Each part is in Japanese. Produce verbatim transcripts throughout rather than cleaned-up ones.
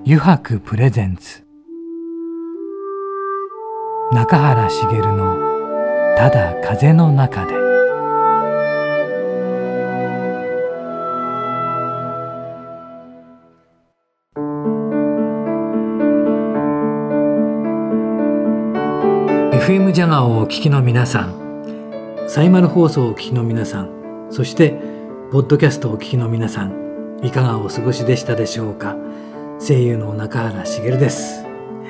油白プレゼンツ中原茂のただ風の中で。エフエム ジャガーをお聞きの皆さん、サイマル放送をお聞きの皆さん、そしてポッドキャストをお聞きの皆さん、いかがお過ごしでしたでしょうか。声優の中原茂です、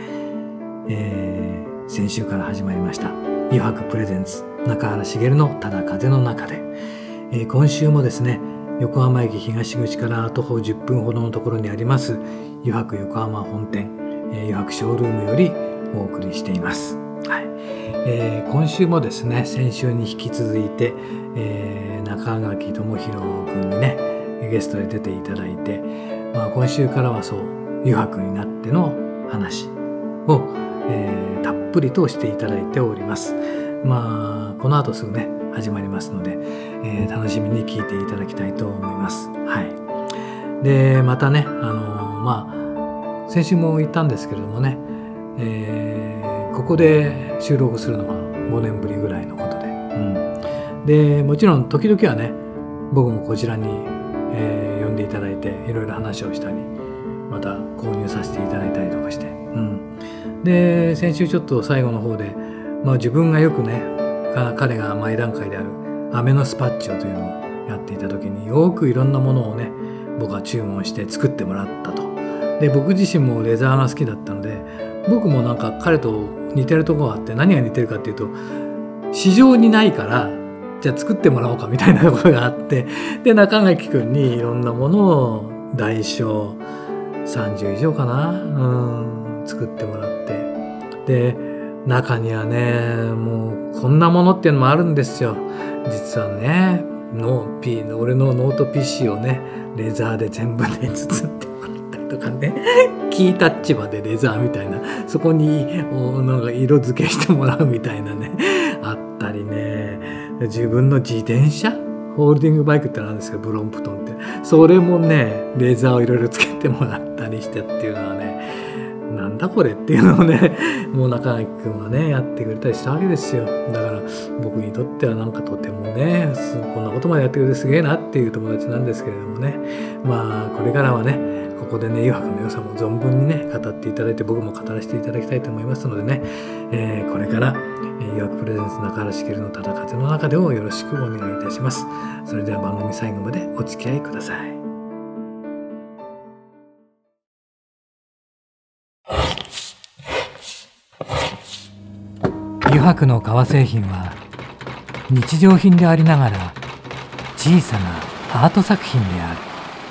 えー、先週から始まりました油白プレゼンツ中原茂のただ風の中で、えー、今週もですね、横浜駅東口から徒歩じゅっぷんほどのところにあります油白横浜本店、えー、油白ショールームよりお送りしています。はい、えー、今週もですね、先週に引き続いて、えー、中垣智弘君にねゲストで出ていただいて、まあ、今週からはそう油白になっての話を、えー、たっぷりとしていただいております。まあこの後すぐね始まりますので、えー、楽しみに聞いていただきたいと思います。はい。でまたね、あのー、まあ先週も言ったんですけれどもね、えー、ここで収録するのはごねんぶりぐらいのことで、うん、でもちろん時々はね僕もこちらに、えー、呼んでいただいていろいろ話をしたり、また購入させていただいたりとかして、うん、で先週ちょっと最後の方で、まあ、自分がよくね彼が前段階であるアメノスパッチョというのをやっていた時によくいろんなものをね僕は注文して作ってもらったと。で僕自身もレザーが好きだったので、僕もなんか彼と似てるところがあって、何が似てるかっていうと市場にないからじゃあ作ってもらおうかみたいなところがあって、で中垣君にいろんなものを大小さんじゅう以上かな、うん、作ってもらって、で中にはねもうこんなものっていうのもあるんですよ。実はねノーピー俺のノート ピーシー をねレザーで全部で包んでもらったりとかね、キータッチまでレザーみたいな、そこになんか色付けしてもらうみたいなねあったりね、自分の自転車ホールディングバイクってなんですけど、ブロンプトンってそれもねレーザーをいろいろつけてもらったりしてっていうのはね、なんだこれっていうのをねもう中垣君はねやってくれたりしたわけですよ。だから僕にとってはなんかとてもねこんなことまでやってくれてすげえなっていう友達なんですけれどもね、まあこれからはねここでね油白の良さも存分にね語っていただいて、僕も語らせていただきたいと思いますのでね、えー、これから油白プレゼンツ中原茂のただ風の中でをよろしくお願いいたします。それでは番組最後までお付き合いください。油白の革製品は日常品でありながら小さなアート作品である。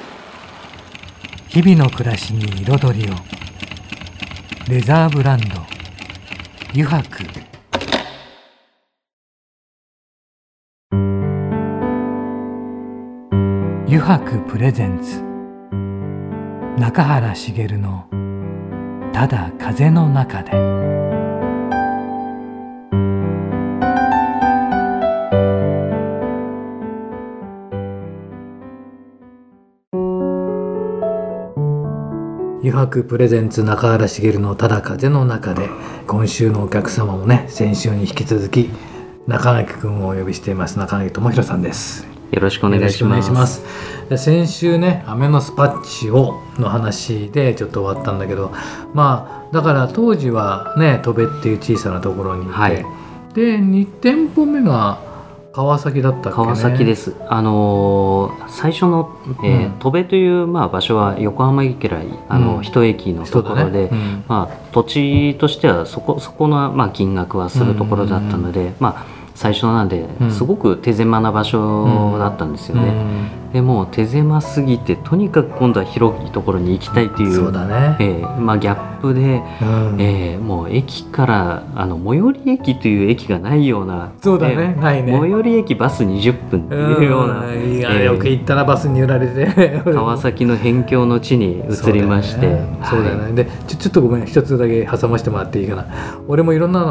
日々の暮らしに彩りを。レザーブランド油白。油白プレゼンツ中原茂のただ風の中で。油白プレゼンツ中原茂のただ風の中で、今週のお客様もね先週に引き続き中垣君をお呼びしています。中垣智弘さんです。 よろしくお願いします。 ますで先週ねアメノスパッチをの話でちょっと終わったんだけど、まあだから当時はね戸部っていう小さなところにいて、はい、でに店舗目が川崎だったっけね。 川崎です。あのー、最初の、えーうん、戸部という、まあ、場所は横浜駅からあの、うん、一駅のところで、ねうん、まあ、土地としてはそこそこの、まあ、金額はするところだったので、うんうんうん、まあ最初なんですごく手狭な場所だったんですよね、うん、でも手狭すぎてとにかく今度は広いところに行きたいという、 そうだね、 えーまあ、ギャップで、うんえー、もう駅からあの最寄り駅という駅がないような、 そうだね、えー、ないね、 最寄り駅バスにじゅっぷんっていうような、 うん、いや、えー、よく行ったらバスに揺られて川崎の辺境の地に移りまして、 そうだよね、そうだよね、でちょ、ちょっとごめん一つだけ挟ませてもらっていいかな。俺もいろんなのを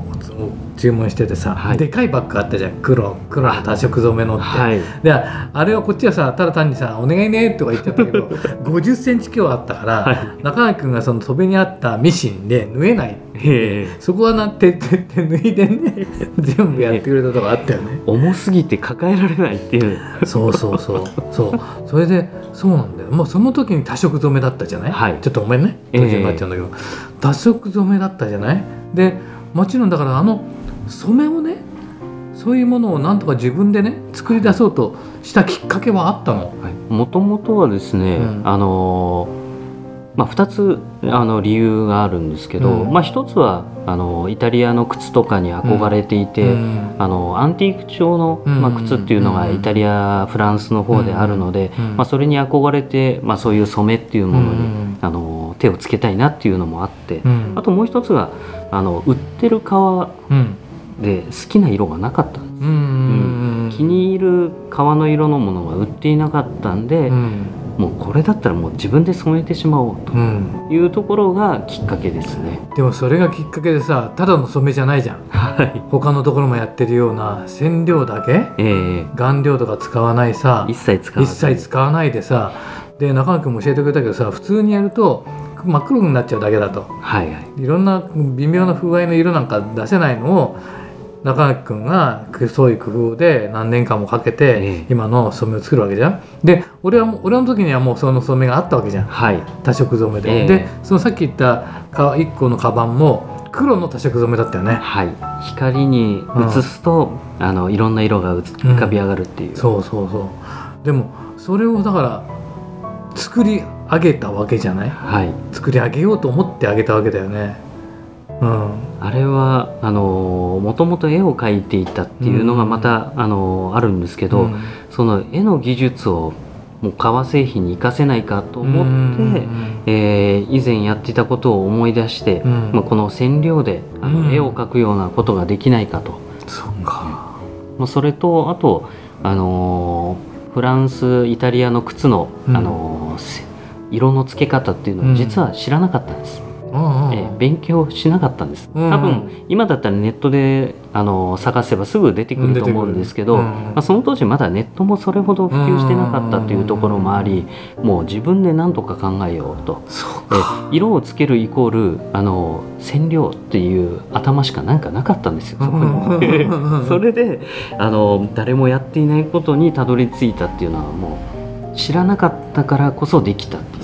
を注文しててさ、はい、でかいバッグあったじゃん、黒黒の多色染めのって、はい、であれはこっちはさただ単にさお願いねとか言っちゃったけどごじゅっセンチ強あったから、はい、中垣君がその袖にあったミシンで縫えないってそこはなってってって縫いでね全部やってくれたとこあったよね。 重すぎて抱えられないっていうそうそうそうそうそれでそうなんだよ。もうその時に多色染めだったじゃない、はい、ちょっとごめんね途中になっちゃうんだけど、えー、多色染めだったじゃない。でもちろんだからあの染めをねそういうものをなんとか自分でね作り出そうとしたきっかけはあったの？ もともとはですね、うん、あのまあ、ふたつあの理由があるんですけど、うん、まあ、ひとつはあのイタリアの靴とかに憧れていて、うん、あのアンティーク調の、まあ、靴っていうのがイタリア、フランスの方であるので、うん、まあ、それに憧れて、まあ、そういう染めっていうものに、うん、あの手をつけたいなっていうのもあって、うん、あともう一つがあの売ってる革で好きな色がなかったんです、うんうん、気に入る革の色のものが売っていなかったんで、うん、もうこれだったらもう自分で染めてしまおうというところがきっかけですね、 うん、でもそれがきっかけでさただの染めじゃないじゃん、はい、他のところもやってるような染料だけ、えー、顔料とか使わないさ一切使わない一切使わないでさで中垣君も教えてくれたけどさ普通にやると真っ黒になっちゃうだけだと、はいはい、いろんな微妙な風合いの色なんか出せないのを中垣君がそういう工夫で何年間もかけて今の染めを作るわけじゃん。で 俺は俺の時にはもうその染めがあったわけじゃん、はい、多色染めで、えー、でそのさっき言ったいっこのカバンも黒の多色染めだったよね、 はい、光に映すと、うん、あのいろんな色が浮かび上がるっていう、うん、 そうそうそう。でもそれをだから作り上げたわけじゃない、はい、作り上げようと思ってあげたわけだよね。うん、 あれはあのもともと絵を描いていたっていうのがまた、うん、あのあるんですけど、うん、その絵の技術をもう革製品に生かせないかと思って、うんえー、以前やってたことを思い出して、うんまあ、この染料であの、うん、絵を描くようなことができないかと。 そうか、 まあ、それとあと、あのー、フランスイタリアの靴の、あのー、色の付け方っていうのを実は知らなかったんです、うんうんうんえー、勉強しなかったんです。多分今だったらネットであの探せばすぐ出てくると思うんですけど、うんまあ、その当時まだネットもそれほど普及してなかったというところもあり、もう自分で何とか考えようと。えー、色をつけるイコールあの染料っていう頭しかなんかなかったんですよ、そこにそれであの誰もやっていないことにたどり着いたっていうのはもう知らなかったからこそできたっていう、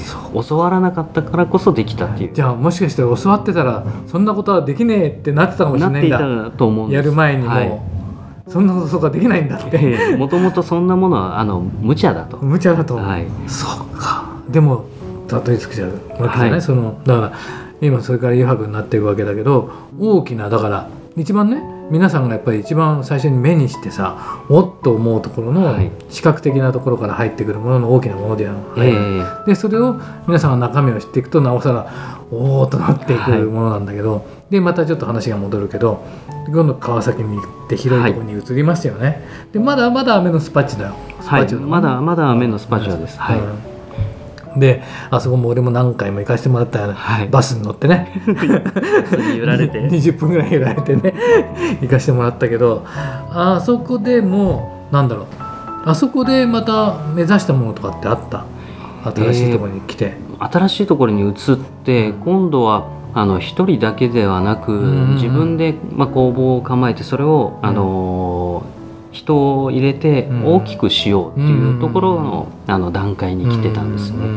教わらなかったからこそできたっていう。 じゃあもしかして教わってたらそんなことはできねえってなってたかもしれないんだ。 なっていたと思うんです。 やる前にも、はい、そんなことそうかできないんだってもともとそんなものはあの無茶だと無茶だと、はい、そうか。でもたどり着くじゃうわけじゃない、はい、そのだから今それから余白になっていくわけだけど、大きなだから一番ね皆さんがやっぱり一番最初に目にしてさおっと思うところの視覚的なところから入ってくるものの大きなものである、はいえー、でそれを皆さんが中身を知っていくとなおさらおーっとなっていくものなんだけど、はい、でまたちょっと話が戻るけど今度川崎に行って広いところに移りましたよね、はい、でまだまだ雨のスパッチだよスパチュはい、まだまだ雨のスパチュです、はい、 うんであそこも俺も何回も行かせてもらったよ、ねはい、バスに乗ってね揺られてにじゅっぷんぐらい揺られてね行かせてもらったけど、あそこでもなんだろうあそこでまた目指したものとかってあった？新しいところに来て、 えー、新しいところに移って今度はあの一人だけではなく、うんうんうん、自分で、まあ、工房を構えてそれを、あのー人を入れて大きくしようっていうところ の,、うん、あの段階に来てたんですね、うん、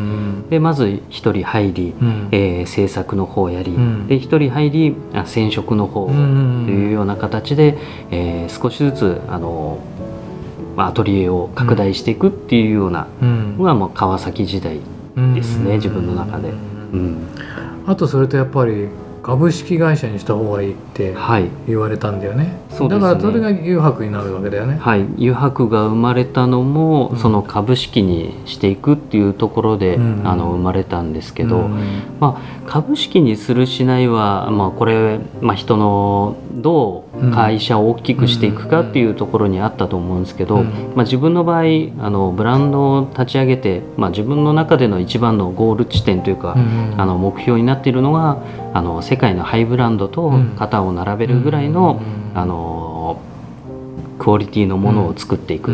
でまず一人入り、うんえー、制作の方をやり、うん、で一人入り染色の方というような形で、えー、少しずつあのアトリエを拡大していくっていうようなのがもう川崎時代ですね、自分の中で、うん、 あとそれとやっぱり株式会社にした方がいいって言われたんだよね、はい、そうですね。だからそれが余白になるわけだよね。 はい、余白が生まれたのも、うん、その株式にしていくっていうところで、うん、あの生まれたんですけど、うん、まあ、株式にするしないは、まあ、これ、まあ、人のどう会社を大きくしていくかっていうところにあったと思うんですけど、 うんまあ、自分の場合あのブランドを立ち上げて、まあ、自分の中での一番のゴール地点というか、 うんあの目標になっているのがあの世界のハイブランドと肩を並べるぐらいの、 うんあのクオリティのものを作っていく、 うん、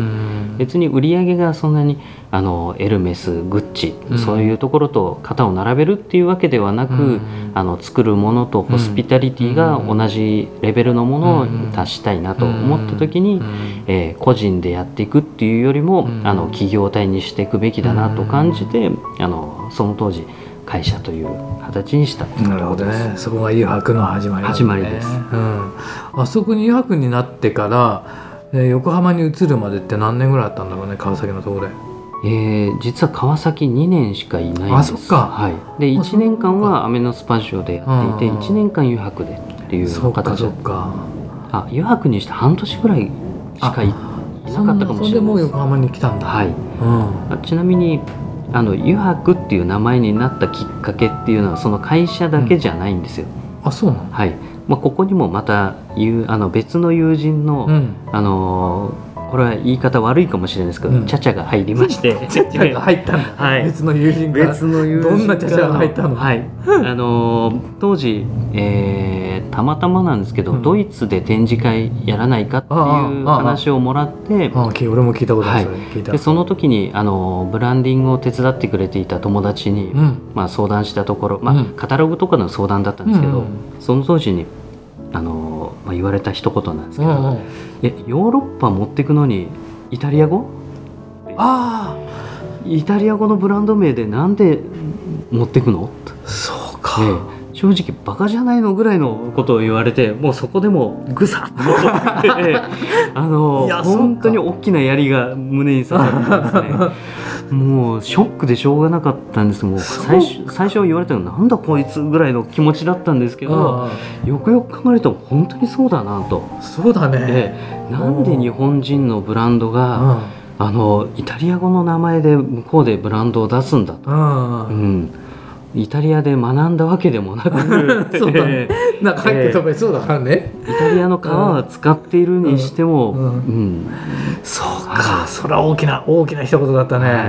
別に売り上げがそんなにあのエルメス、グッチ、 うん、 そういうところと肩を並べるっていうわけではなく、うん、あの作るものとホスピタリティが同じレベルのものを達したいなと思った時に、うんえー、個人でやっていくっていうよりも、うん、あの企業体にしていくべきだなと感じて、うん、あのその当時会社という形にしたっていうなるほどね。そこが油白の始まり、ね、 始まりです、 うん、あそこに油白になってから横浜に移るまでって何年ぐらいあったんだろうね、川崎のところで。 えー、実は川崎にねんしかいないんです。 あ、そっか、 はい、でいちねんかんはアメノスパジオでやっていて、いちねんかん油白でっていう形で、 そっかそっか、 あ油白にして半年ぐらいしか い, いなかったかもしれないです。 それでもう横浜に来たんだ。 はい、うん、ちなみにあの油白っていう名前になったきっかけっていうのはその会社だけじゃないんですよ、 うん、あ、そうなの。 はい、まあ、ここにもまたあの別の友人の、うん、あのこれは言い方悪いかもしれないですけど、うん、チャチャが入りましてチャチャが入ったんだ、はい、別の友人が別の友人どんなチャチャが入ったの。 はい、あの当時、えー、たまたまなんですけど、うん、ドイツで展示会やらないかっていう話をもらって、 ああああ俺も聞いたことある、はい、それ聞いた。 でその時にあのブランディングを手伝ってくれていた友達に、うんまあ、相談したところ、まあうん、カタログとかの相談だったんですけど、うんうん、その当時にあの、まあ、言われた一言なんですけど、うんうん、えヨーロッパ持っていくのにイタリア語？ ああ、 イタリア語のブランド名でなんで持っていくの？ そうか、 ええ、正直バカじゃないのぐらいのことを言われて、もうそこでもぐさっとって、あの本当に大きな槍が胸に刺さってですねもうショックでしょうがなかったんです。もう最初、最初言われたのなんだこいつぐらいの気持ちだったんですけど、よくよく考えると本当にそうだなと。 そうだね、 ええ、なんで日本人のブランドがあのイタリア語の名前で向こうでブランドを出すんだと、うん、イタリアで学んだわけでもなくそうだね、なんか入ってとかそうだからね、 イタリアの皮は使っているにしても、うんうんうん、 そうか、それは大きな大きな一言だったね、はい、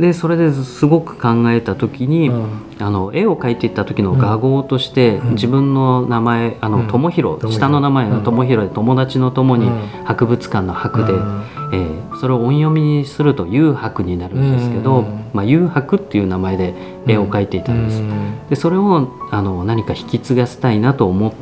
でそれですごく考えた時に、うん、あの絵を描いていった時の画号として、うん、自分の名前あの友弘、うん、下の名前が友弘で友達の友に博物館の博で、うんえー、それを音読みにすると油白になるんですけど、うんまあ、油白っていう名前で絵を描いていたんです、うん、でそれをあの何か引き継がせたいなと思って、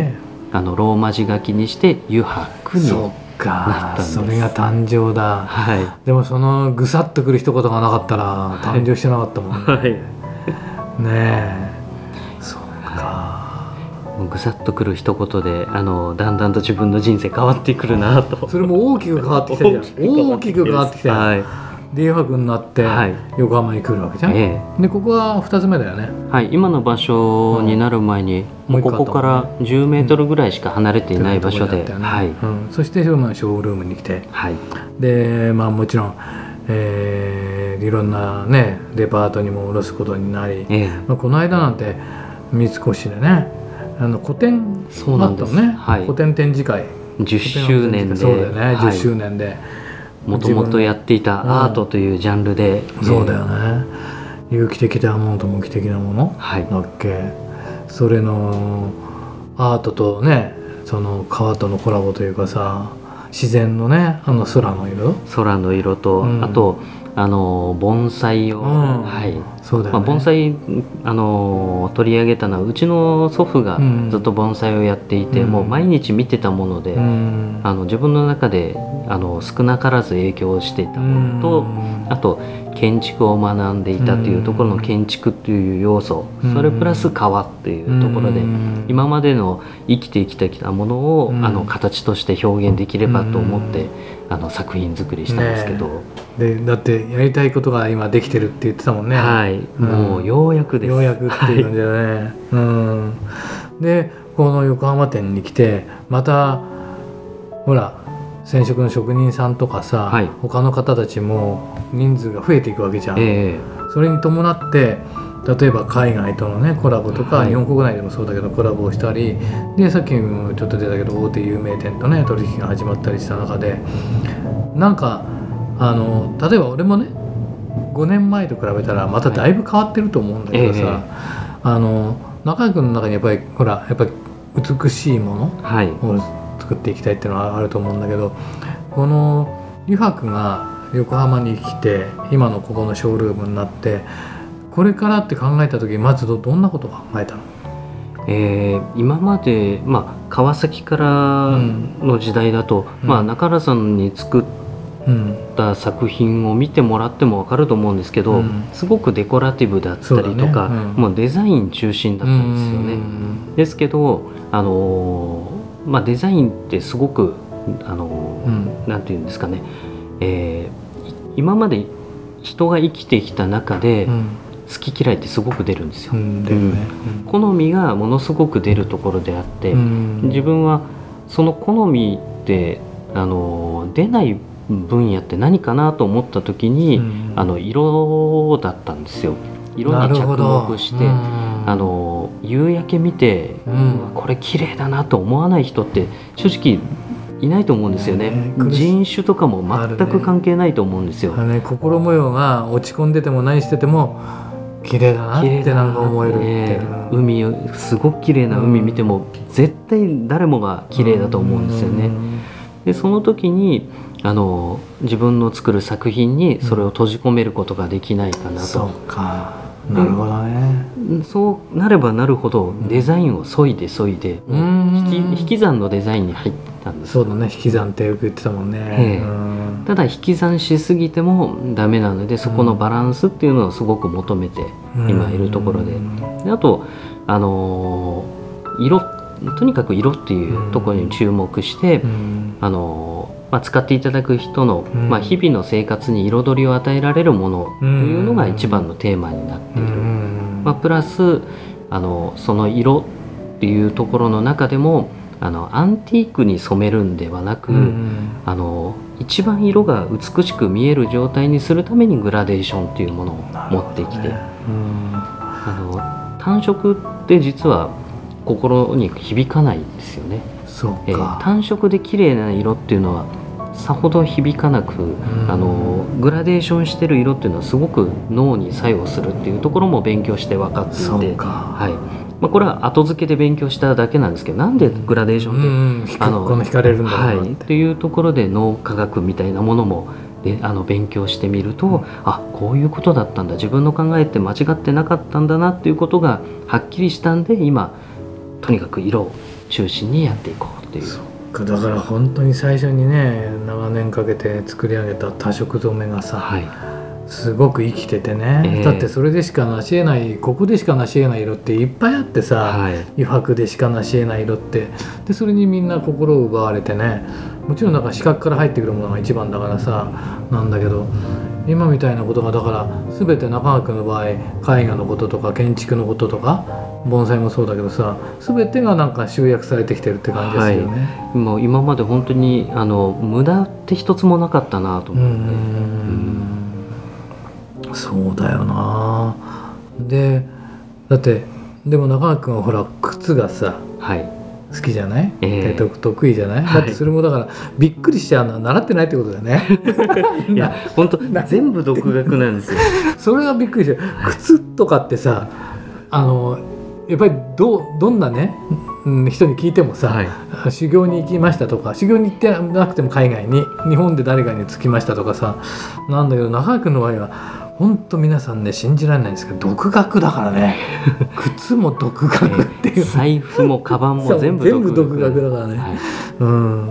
あのローマ字書きにして油白になったんです。 それが誕生だ、はい、でもそのぐさっとくる一言がなかったら誕生してなかったもんね、はい、ねえ、そうか、 ぐさっとくる一言であのだんだんと自分の人生変わってくるなと。 それも大きく変わってきたじゃん大きく変わってきた、はい、で油白になって横浜に来るわけじゃん、はい、でここはふたつめだよね。 はい、今の場所になる前に、うん、ここからじゅうメートルぐらいしか離れていない場所で、うんはいうん、 そしてショールームに来て、はい、でまあもちろん、えー、いろんなねデパートにも卸すことになり、えーまあ、この間なんて三越でねあの個展あったのね、はい、個展展示会じゅっしゅうねんで、 そうだよね、はい、じゅっしゅうねんでもともとやっていたアートというジャンルで、 うん、そうだよね、有機的なものと無機的なものだっけ、はい、それのアートとねその川とのコラボというかさ、自然のねあの空の色空の色と、うん、あとあの盆栽を、うんはいそうだよねまあ、盆栽あの取り上げたのはうちの祖父がずっと盆栽をやっていて、うん、もう毎日見てたもので、うん、あの自分の中であの少なからず影響していたものと、うん、あと建築を学んでいたというところの建築という要素、うん、それプラス川っていうところで、うん、今までの生きてきてきたものを、うん、あの形として表現できればと思って、うん、あの作品作りしたんですけど、ね、 でだってやりたいことが今できてるって言ってたもんね。 はい、うん、もうようやくです。 ようやくっていう感じだね、はいうん、でこの横浜店に来てまたほら染色の職人さんとかさ、はい、他の方たちも人数が増えていくわけじゃん、えー、それに伴って例えば海外とのねコラボとか、 はい、 日本国内でもそうだけどコラボをしたりで、さっきもちょっと出たけど大手有名店とね取引が始まったりした中で、なんかあの例えば俺もねごねんまえと比べたらまただいぶ変わってると思うんだけどさ、はい、あの中井君の中にやっぱりほらやっぱり美しいものを作っていきたいっていうのはあると思うんだけど、この油白が横浜に来て今のここのショールームになってこれからって考えた時まず ど, どんなことを考えたの？ えー、今まで、まあ、川崎からの時代だと、うんまあ、中原さんに作った作品を見てもらっても分かると思うんですけど、うん、すごくデコラティブだったりとか、ねうん、もうデザイン中心だったんですよね。うん、ですけど、あのーまあ、デザインってすごく、あのーうん、なんていうんですかね、えー、今まで人が生きてきた中で、うん好き嫌いってすごく出るんですよ、うん出るねうん、好みがものすごく出るところであって、うん、自分はその好みってあの出ない分野って何かなと思った時に、うん、あの色だったんですよ。色に着目して、うん、あの夕焼け見て、うん、これ綺麗だなと思わない人って正直いないと思うんですよね。ね人種とかも全く関係ないと思うんですよ。 あるね、心模様が落ち込んでても何してても綺麗だなってなんか思えるって、ね、 海すごく綺麗な海見ても、うん、絶対誰もが綺麗だと思うんですよね。でその時にあの自分の作る作品にそれを閉じ込めることができないかなと、うん、そうかなるほどね。 そうなればなるほどデザインを削いで削いで、うん、引き、引き算のデザインに入ったんです。 そうだね、引き算ってよく言ってたもんね、 えー、ただ引き算しすぎてもダメなのでそこのバランスっていうのをすごく求めて今いるところで、うん、であと、あのー、色とにかく色っていうところに注目して、うん、あのーまあ、使っていただく人の、うんまあ、日々の生活に彩りを与えられるものというのが一番のテーマになっている、うんまあ、プラスあのその色っていうところの中でもあのアンティークに染めるんではなく、うん、あの一番色が美しく見える状態にするためにグラデーションっていうものを持ってきて、ねうん、あの単色って実は心に響かないんですよね。 そうか、 えー、単色で綺麗な色っていうのはさほど響かなく、うん、あのグラデーションしてる色っていうのはすごく脳に作用するっていうところも勉強して分かっていて、 そうか、 はいまあ、これは後付けで勉強しただけなんですけど、なんでグラデーションって、 うん、あのこの惹かれるんだろうなって、 はい、っていうところで脳科学みたいなものもであの勉強してみると、うん、あこういうことだったんだ、自分の考えって間違ってなかったんだなっていうことがはっきりしたんで、今とにかく色を中心にやっていこうっていう。 そうか、だから本当に最初にね長年かけて作り上げた多色染めがさ、はい、すごく生きててね、えー、だってそれでしか成し得ない、ここでしか成し得ない色っていっぱいあってさ、はい、油白でしか成し得ない色ってで、それにみんな心を奪われてね、もちろんなんか視覚から入ってくるものが一番だからさなんだけど、今みたいなことがだから全て中川君の場合絵画のこととか建築のこととか盆栽もそうだけどさ、全てがなんか集約されてきてるって感じですよね、 はい、もう今まで本当にあの無駄って一つもなかったなと思って。うんうん、そうだよな。でだってでも中川君はほら靴がさ、はい好きじゃない、えー、得意じゃない、はい、だってそれもだからびっくりしちゃうのは習ってないってことだよねいや本当全部独学なんですよそれがびっくりしちゃう。靴とかってさ、あのやっぱり ど, どんなね、うん、人に聞いてもさ、はい、修行に行きましたとか、修行に行ってなくても海外に日本で誰かに着きましたとかさなんだけど、中川君の場合は本当皆さんね信じられないんですけど独学だからね靴も独学っていう、 財布もカバンも全部全部独学だからね、はいうん、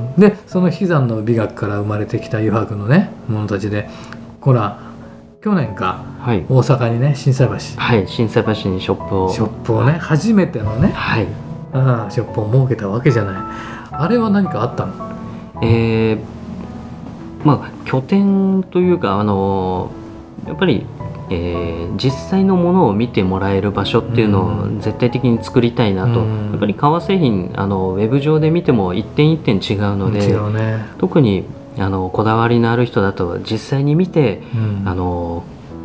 でその飛山の美学から生まれてきた油白のねものたちで、ほら去年か、はい、大阪にね心斎橋、 はい心斎橋にショップをショップをね初めてのね、はい、あショップを設けたわけじゃない。あれは何かあったの？ えー、まあ拠点というかあのやっぱり、えー、実際のものを見てもらえる場所っていうのを絶対的に作りたいなと、うん、やっぱり革製品あのウェブ上で見ても一点一点違うので、違うね、特にあのこだわりのある人だと実際に見て、うん、あの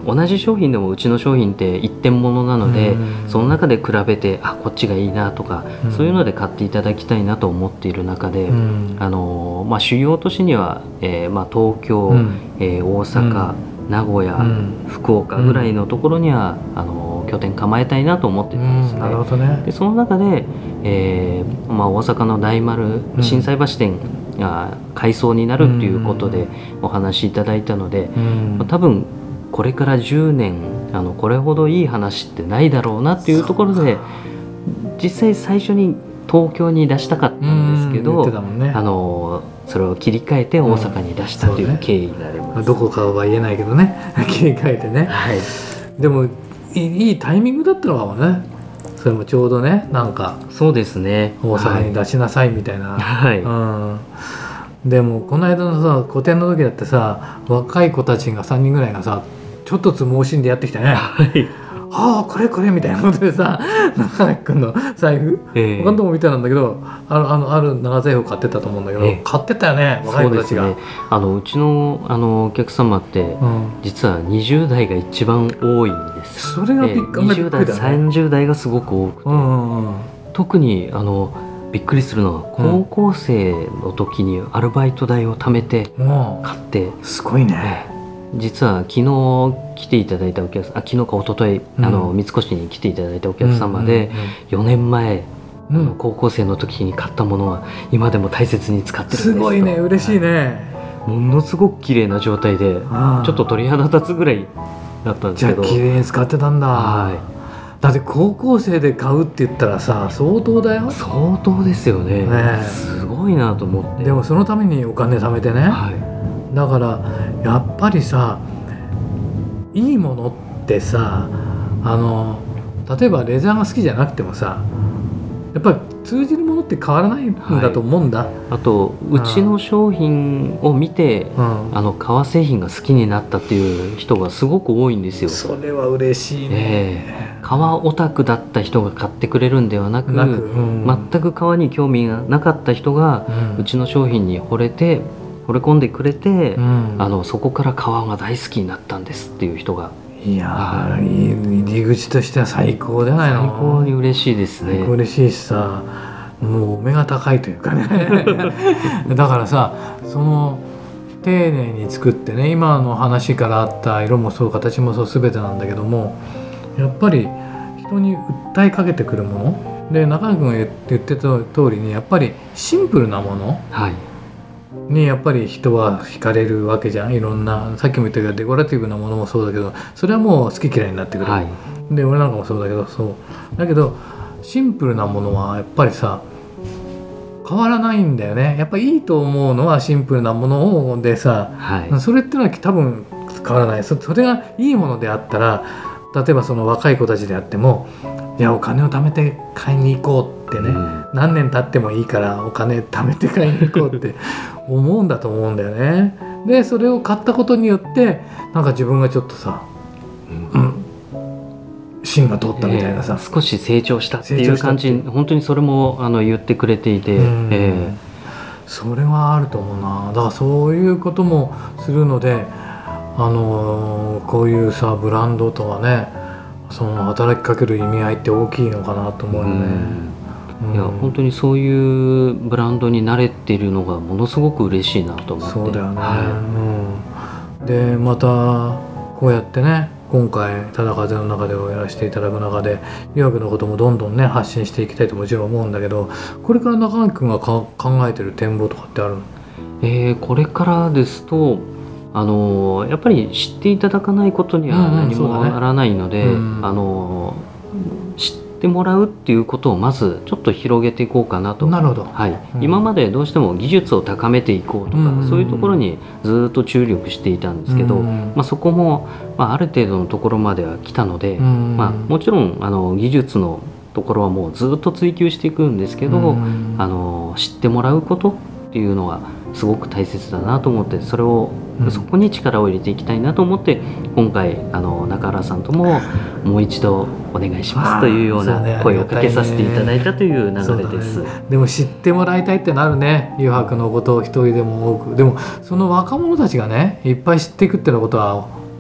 同じ商品でもうちの商品って一点物なので、 うんその中で比べてあこっちがいいなとか、 うん、 そういうので買っていただきたいなと思っている中で、 うん、 あのまあ、主要都市には、えーまあ、東京、 うん、 えー大阪、うん、名古屋、うん、福岡ぐらいのところには、うん、あの拠点構えたいなと思ってるんですね。 うん、なるほどね。でその中で、えーまあ、大阪の大丸心斎橋店が改装になるっていうことでお話しいただいたので、うんまあ、多分これからじゅうねんあのこれほどいい話ってないだろうなっていうところで実際最初に東京に出したかったんですけど、ね、あのそれを切り替えて大阪に出したという経緯があります、うんね、 どこかは言えないけどね切り替えてね、はい、でもいい、いいタイミングだったのかもね。それもちょうどねなんかそうですね大阪に出しなさいみたいな、 はいうん、でもこの間のさ個展の時だってさ若い子たちがさんにんぐらいがさちょっとつ盲信でやってきたね、はいああこれこれみたいなことでさ中垣君の財布、えー、他のとこみたいなんだけどあのあのある長財布買ってたと思うんだけど、えー、買ってたよね若い子たちが。そうですね、 あのうちのあのお客様って、うん、実はにじゅう代が一番多いんです。 それがびっくりだね。にじゅう代さんじゅう代がすごく多くて、うんうんうん、特にあのびっくりするのは高校生の時にアルバイト代を貯めて買って、 うん、すごいね、 えー実は昨日来ていただいたお客さんあ昨日か一昨日、うん、あの三越に来ていただいたお客様で、うんうんうん、よねんまえ、うん、あの高校生の時に買ったものは今でも大切に使ってるんです。 すごいね嬉しいね、 ものすごく綺麗な状態でちょっと鳥肌立つぐらいだったんですけど。 じゃあ綺麗に使ってたんだ、はい、だって高校生で買うって言ったらさ相当だよ。 相当ですよ ね, ねすごいなと思って。 でもそのためにお金貯めてね、はいだからやっぱりさいいものってさあの例えばレザーが好きじゃなくてもさやっぱり通じるものって変わらないんだと思うんだ、はい、 あとうちの商品を見て、うん、あの革製品が好きになったっていう人がすごく多いんですよ。 それは嬉しいね、 えー、革オタクだった人が買ってくれるんではなく、なく、うん、全く革に興味がなかった人が、うん、うちの商品に惚れて惚れ込んでくれて、うん、あのそこから革が大好きになったんですっていう人がいやー入り口としては最高じゃないの。 最高に嬉しいですね。 最高嬉しいしさもう目が高いというかねだからさその丁寧に作ってね今の話からあった色もそう形もそう全てなんだけどもやっぱり人に訴えかけてくるもので中垣君が言ってた通りにやっぱりシンプルなもの、はいにやっぱり人は惹かれるわけじゃん。いろんなさっきも言ったけどデコラティブなものもそうだけどそれはもう好き嫌いになってくる、はい、で俺なんかもそうだけどそうだけどシンプルなものはやっぱりさ変わらないんだよね。やっぱりいいと思うのはシンプルなものでさ、はい、それってのは多分変わらない。 そ, それがいいものであったら例えばその若い子たちであってもいやお金を貯めて買いに行こうってね、うん、何年経ってもいいからお金貯めて買いに行こうって思うんだと思うんだよね。でそれを買ったことによってなんか自分がちょっとさ、うん、芯が通ったみたいなさ、 えー、少し成長したっていう感じ本当にそれもあの言ってくれていて、うんえー、それはあると思うな。だからそういうこともするのであのー、こういうさブランドとはねその働きかける意味合いって大きいのかなと思うよね。 うん、いや本当にそういうブランドに慣れているのがものすごく嬉しいなと思って。 そうだよね、はいうん、でまたこうやってね今回「ただ風の中で」をやらせていただく中で留学のこともどんどんね発信していきたいともちろん思うんだけどこれから中垣君がか考えてる展望とかってあるの？ えー、これからですとあのやっぱり知っていただかないことには何もならないので、うんうんね、あの知ってもらうっていうことをまずちょっと広げていこうかなと。 なるほど、 はいうん、今までどうしても技術を高めていこうとか、うんうん、そういうところにずっと注力していたんですけど、うんうんまあ、そこも、まあ、ある程度のところまでは来たので、うんうんまあ、もちろんあの技術のところはもうずっと追求していくんですけど、うんうん、あの知ってもらうことっていうのはすごく大切だなと思ってそれを、うん、そこに力を入れていきたいなと思って今回あの中原さんとももう一度お願いしますというような声をかけさせていただいたという流れです、ね、 でも知ってもらいたいってなるね誘白のことを一人でも多くでもその若者たちがねいっぱい知っていくっていうことは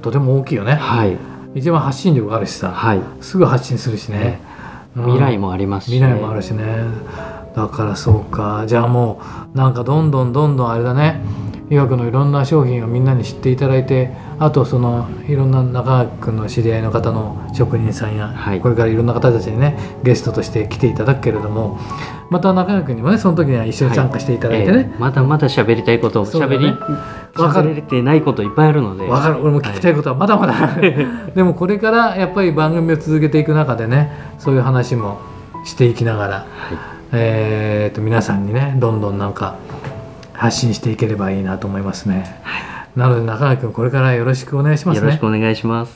とても大きいよね。 はい、 一番発信力があるしさ、 はい、 すぐ発信するしね、 うん、未来もありますし、ね、 未来もあるしね。だからそうか、じゃあもうなんかどんどんどんどんあれだね、医学のいろんな商品をみんなに知っていただいて、あとそのいろんな中垣君の知り合いの方の職人さんや、はい、これからいろんな方たちにねゲストとして来ていただくけれども、また中垣君にもねその時には一緒に参加していただいてね、はい、 えー、まだまだ喋りたいことを喋り、ね、喋れてないこといっぱいあるので、 分かる、俺も聞きたいことはまだまだ、はい、でもこれからやっぱり番組を続けていく中でね、そういう話もしていきながら、はい、えー、と皆さんにねどんどんなんか発信していければいいなと思いますね、はい、なので中垣君これからよろしくお願いしますね。 よろしくお願いします。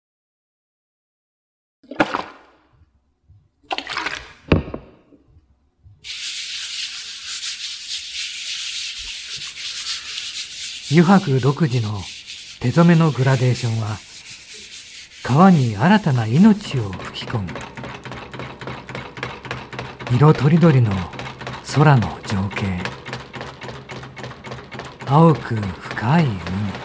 油白独自の手染めのグラデーションは川に新たな命を吹き込む。色とりどりの空の情景、青く深い海、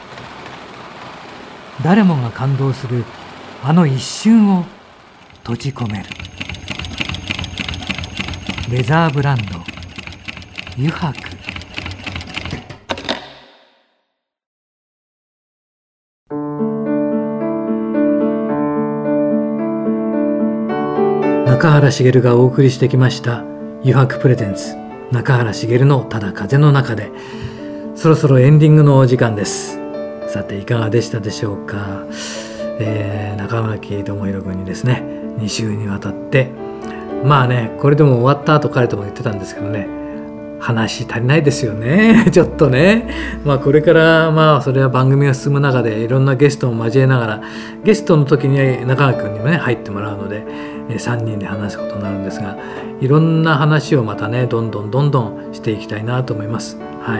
誰もが感動するあの一瞬を閉じ込める。レザーブランド油白。中原茂がお送りしてきました油白プレゼンツ中原茂のただ風の中で、そろそろエンディングのお時間です。さていかがでしたでしょうか。えー、中垣智弘君にですねに週にわたって、まあねこれでも終わった後彼とも言ってたんですけどね、話足りないですよねちょっとね。まあこれからまあそれは番組が進む中でいろんなゲストを交えながら、ゲストの時には中垣君にもね入ってもらうのでさんにんで話すことになるんですが、いろんな話をまたねどんどんどんどんしていきたいなと思います。はい。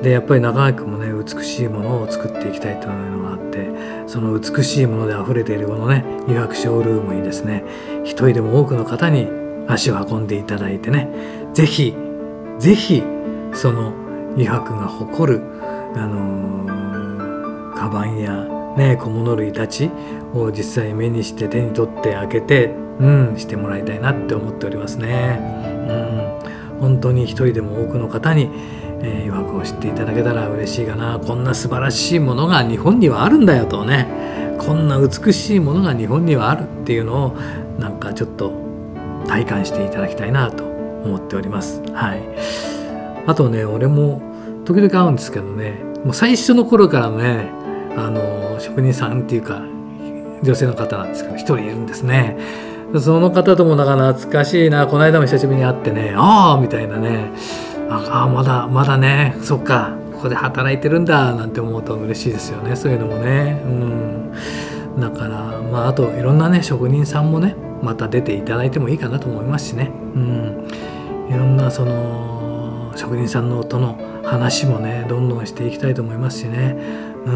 でやっぱり中垣君もね美しいものを作っていきたいというのがあって、その美しいものであふれているこのね油白ショールームにですね一人でも多くの方に足を運んでいただいてね、ぜひぜひその油白が誇る、あのー、カバンや、ね、小物類たちを実際目にして手に取って開けて、うん、してもらいたいなって思っておりますね。うん、本当に一人でも多くの方に、えー、油白を知っていただけたら嬉しいかな。こんな素晴らしいものが日本にはあるんだよとね、こんな美しいものが日本にはあるっていうのをなんかちょっと体感していただきたいなと思っております。はい。あとね俺も時々会うんですけどね、もう最初の頃からねあの職人さんっていうか女性の方なんですけど一人いるんですね。その方ともなんか懐かしいな、この間も久しぶりに会ってね、ああみたいなね、ああまだまだね、そっかここで働いてるんだなんて思うと嬉しいですよね、そういうのもね。うん、だからまああといろんなね職人さんもねまた出ていただいてもいいかなと思いますしね。うん、いろんなその職人さんのとの話もねどんどんしていきたいと思いますしね。うん、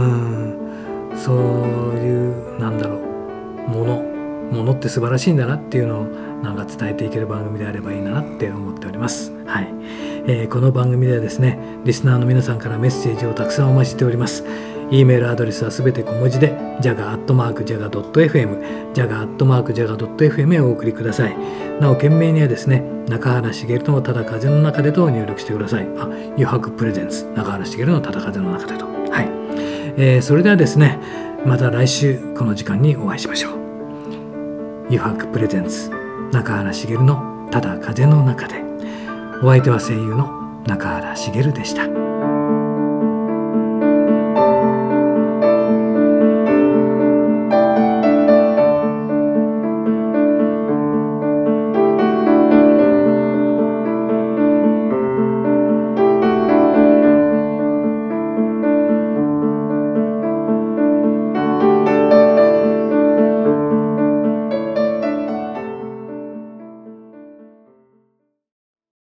そういうなんだろうものものって素晴らしいんだなっていうのをなんか伝えていける番組であればいいなって思っております。はい。えー、この番組ではですねリスナーの皆さんからメッセージをたくさんお待ちしております。E メールアドレスはすべて小文字で ジャガ アットマーク ジャガ ドット エフエム ジャガ アットマーク ジャガ ドット エフエム へお送りください。なお件名にはですね中原茂のただ風の中でと入力してください。あ、油白プレゼンツ中原茂のただ風の中でと。はい。えー、それではですねまた来週この時間にお会いしましょう。油白プレゼンツ中原茂のただ風の中で。お相手は声優の中原茂でした。